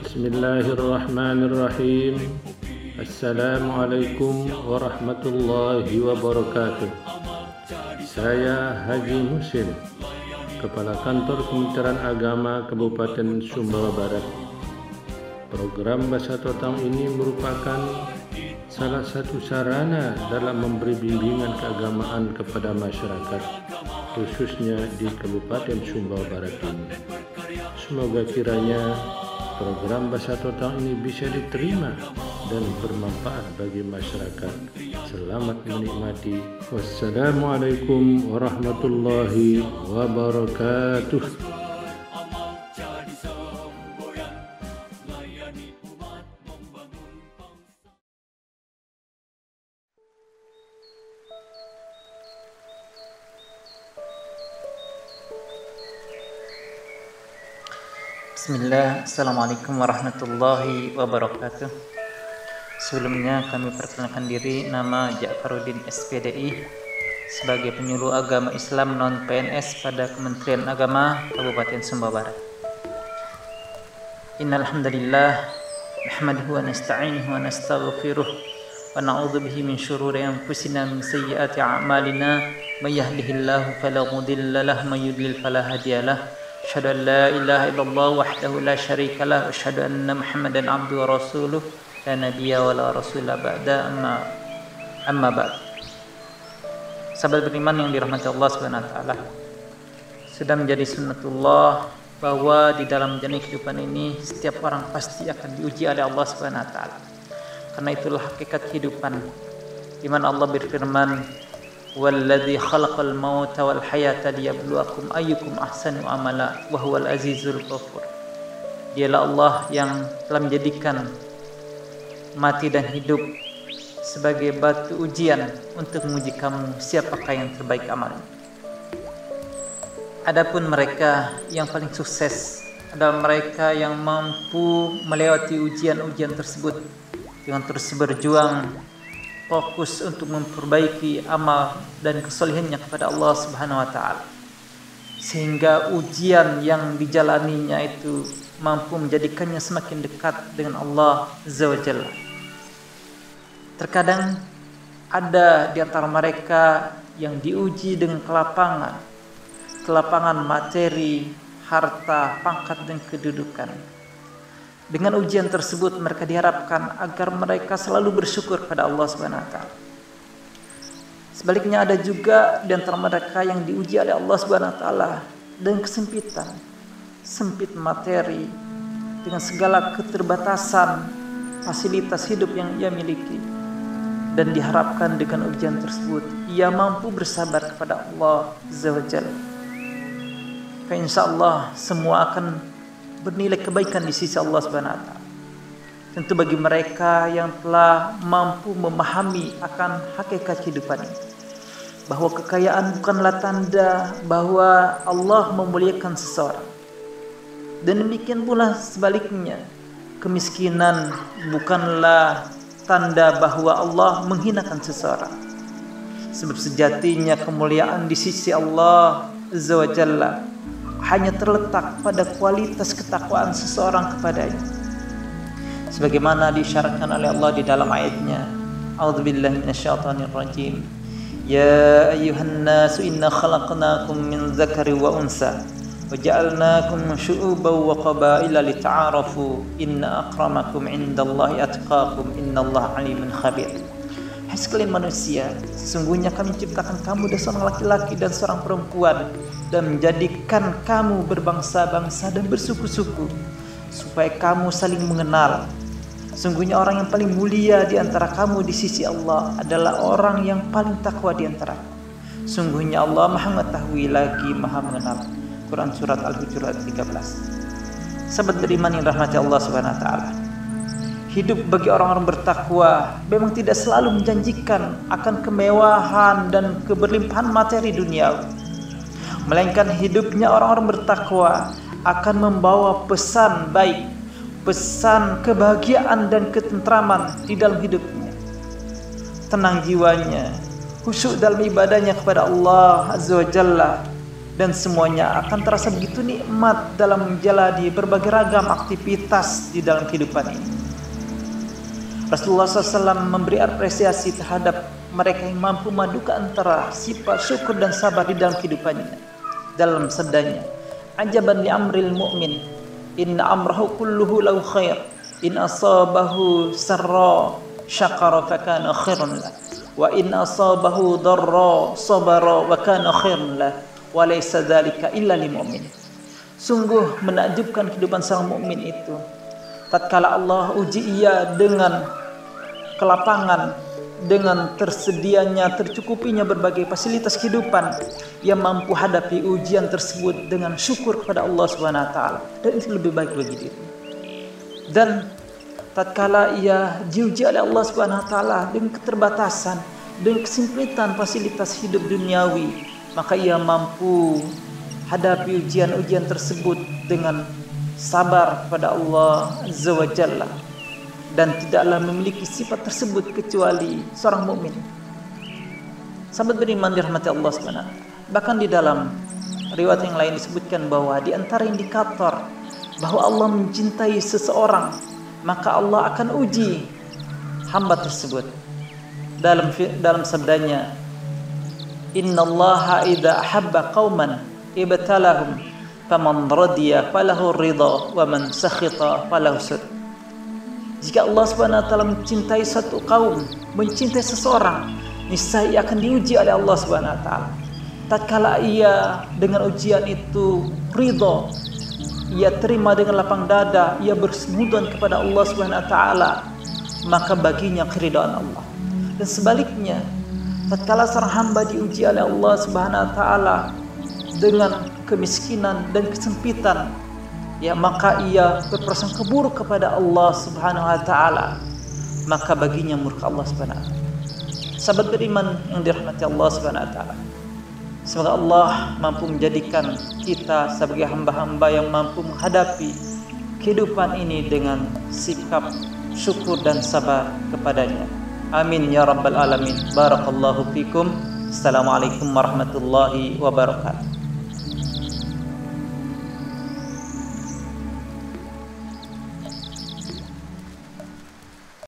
Bismillahirrahmanirrahim. Assalamualaikum warahmatullahi wabarakatuh. Saya Haji Muhsin, Kepala Kantor Kementerian Agama Kabupaten Sumbawa Barat. Program Bahasa Totang ini merupakan salah satu sarana dalam memberi bimbingan keagamaan kepada masyarakat, khususnya di Kabupaten Sumbawa Barat ini. Semoga kiranya program Bahasa Totang ini bisa diterima dan bermanfaat bagi masyarakat. Selamat menikmati. Wassalamualaikum warahmatullahi wabarakatuh. Bismillah, Assalamualaikum warahmatullahi wabarakatuh. Sebelumnya kami perkenalkan diri, nama Ja'faruddin SPDI sebagai penyuluh agama Islam non-PNS pada Kementerian Agama Kabupaten Sumbawa Barat. Innal hamdalillah nahmaduhu wa nasta'inuhu wa nastaghfiruh wa na'udzu bihi min shururi anfusina min sayyiati a'malina may yahdihillahu fala mudilla lahu wa may yudlil fala hadiyalah. Asyhadu an la ilaha illallah wahdahu la syarika lah wa asyhadu anna Muhammadan abduhu wa rasuluh la nabiyya wa la rasula ba'da amma ba'd. Sahabat beriman yang dirahmati Allah Subhanahu wa taala, sudah menjadi sunnatullah bahwa di dalam menjalani kehidupan ini setiap orang pasti akan diuji oleh Allah Subhanahu wa taala. Karena itulah hakikat kehidupan, di mana Allah berfirman, "Walladzi khalaqal mauta wal hayata liyabluwakum ayyukum ahsanu amala wa huwal azizul ghafur." Dialah Allah yang telah menjadikan mati dan hidup sebagai batu ujian untuk menguji kamu siapakah yang terbaik amalnya. Adapun mereka yang paling sukses adalah mereka yang mampu melewati ujian-ujian tersebut dengan terus berjuang, fokus untuk memperbaiki amal dan kesolehannya kepada Allah Subhanahu wa taala, sehingga ujian yang dijalaninya itu mampu menjadikannya semakin dekat dengan Allah Azza wa Jalla. Terkadang ada di antara mereka yang diuji dengan kelapangan materi, harta, pangkat dan kedudukan. Dengan ujian tersebut mereka diharapkan agar mereka selalu bersyukur pada Allah Subhanahu wa taala. Sebaliknya ada juga di antara mereka yang diuji oleh Allah Subhanahu wa taala dengan kesempitan, sempit materi, dengan segala keterbatasan fasilitas hidup yang ia miliki, dan diharapkan dengan ujian tersebut ia mampu bersabar kepada Allah Azza wa Jalla. Insyaallah semua akan bernilai kebaikan di sisi Allah Subhanahu wa taala. Tentu bagi mereka yang telah mampu memahami akan hakikat kehidupan ini, bahwa kekayaan bukanlah tanda bahwa Allah memuliakan seseorang. Dan demikian pula sebaliknya, kemiskinan bukanlah tanda bahwa Allah menghinakan seseorang. Sebab sejatinya kemuliaan di sisi Allah Azza wa Jalla hanya terletak pada kualitas ketakwaan seseorang kepadanya. Sebagaimana disyaratkan oleh Allah di dalam ayatnya, A'udzubillahi minasyaitonirrajim. Ya ayyuhan nasu inna khalaqnakum min dzakari wa unsa wa ja'alnakum syu'uban wa qabaila lita'arafu inna akramakum 'indallahi atqakum innallaha 'alimun khabir. Hai sekalian manusia, sesungguhnya kami ciptakan kamu dari seorang laki-laki dan seorang perempuan dan menjadikan kamu berbangsa-bangsa dan bersuku-suku supaya kamu saling mengenal. Sungguhnya orang yang paling mulia di antara kamu di sisi Allah adalah orang yang paling takwa di antara kamu. Sungguhnya Allah Maha mengetahui lagi Maha mengenal. Quran surat Al-Hujurat 13. Sahabat beriman yang rahmati Allah Subhanahu wa taala, hidup bagi orang-orang bertakwa memang tidak selalu menjanjikan akan kemewahan dan keberlimpahan materi duniawi, melainkan hidupnya orang-orang bertakwa akan membawa pesan baik, pesan kebahagiaan dan ketentraman di dalam hidupnya. Tenang jiwanya, khusyuk dalam ibadahnya kepada Allah Azza wa Jalla, dan semuanya akan terasa begitu nikmat dalam menjalani berbagai ragam aktivitas di dalam kehidupan ini. Rasulullah SAW memberi apresiasi terhadap mereka yang mampu memadukan antara sifat syukur dan sabar di dalam kehidupannya. Dalam sabdanya, ajaban li amril mu'min, inna amrahu kulluhu lahu khair, in asabahu sarra syakara fakana khairun lah, wa in asabahu darra sabara wa kana khairun lah, wa laysa dzalika illa lil mu'min. Sungguh menakjubkan kehidupan seorang mukmin itu tatkala Allah uji ia dengan kelapangan, dengan tersedianya, tercukupinya berbagai fasilitas kehidupan, ia mampu hadapi ujian tersebut dengan syukur kepada Allah Subhanahu wa taala, dan itu lebih baik bagi diri. Dan tatkala ia diuji oleh Allah Subhanahu wa taala dengan keterbatasan, dengan kesempitan fasilitas hidup duniawi, maka ia mampu hadapi ujian-ujian tersebut dengan sabar kepada Allah Azza wa Jalla, dan tidaklah memiliki sifat tersebut kecuali seorang mukmin. Sahabat beriman dirahmati Allah Subhanahu wa taala. Bahkan di dalam riwayat yang lain disebutkan bahwa di antara indikator bahwa Allah mencintai seseorang, maka Allah akan uji hamba tersebut. Dalam sabdanya, innallaha idza ahabba qauman ibtalahum faman radiya falahu ridha wa man sakhita falahu sud. Jika Allah Subhanahu wa taala mencintai satu kaum, mencintai seseorang, niscaya ia akan diuji oleh Allah Subhanahu wa taala. Tatkala ia dengan ujian itu ridha, ia terima dengan lapang dada, ia bersujud kepada Allah Subhanahu wa taala, maka baginya keridhaan Allah. Dan sebaliknya, tatkala seorang hamba diuji oleh Allah Subhanahu wa taala dengan kemiskinan dan kesempitan, ya maka ia berprasangka buruk kepada Allah Subhanahu wa taala, maka baginya murka Allah Subhanahu wa taala. Sahabat beriman yang dirahmati Allah Subhanahu wa taala, semoga Allah mampu menjadikan kita sebagai hamba-hamba yang mampu menghadapi kehidupan ini dengan sikap syukur dan sabar kepadanya. Amin ya rabbal alamin. Barakallahu fikum. Assalamualaikum warahmatullahi wabarakatuh.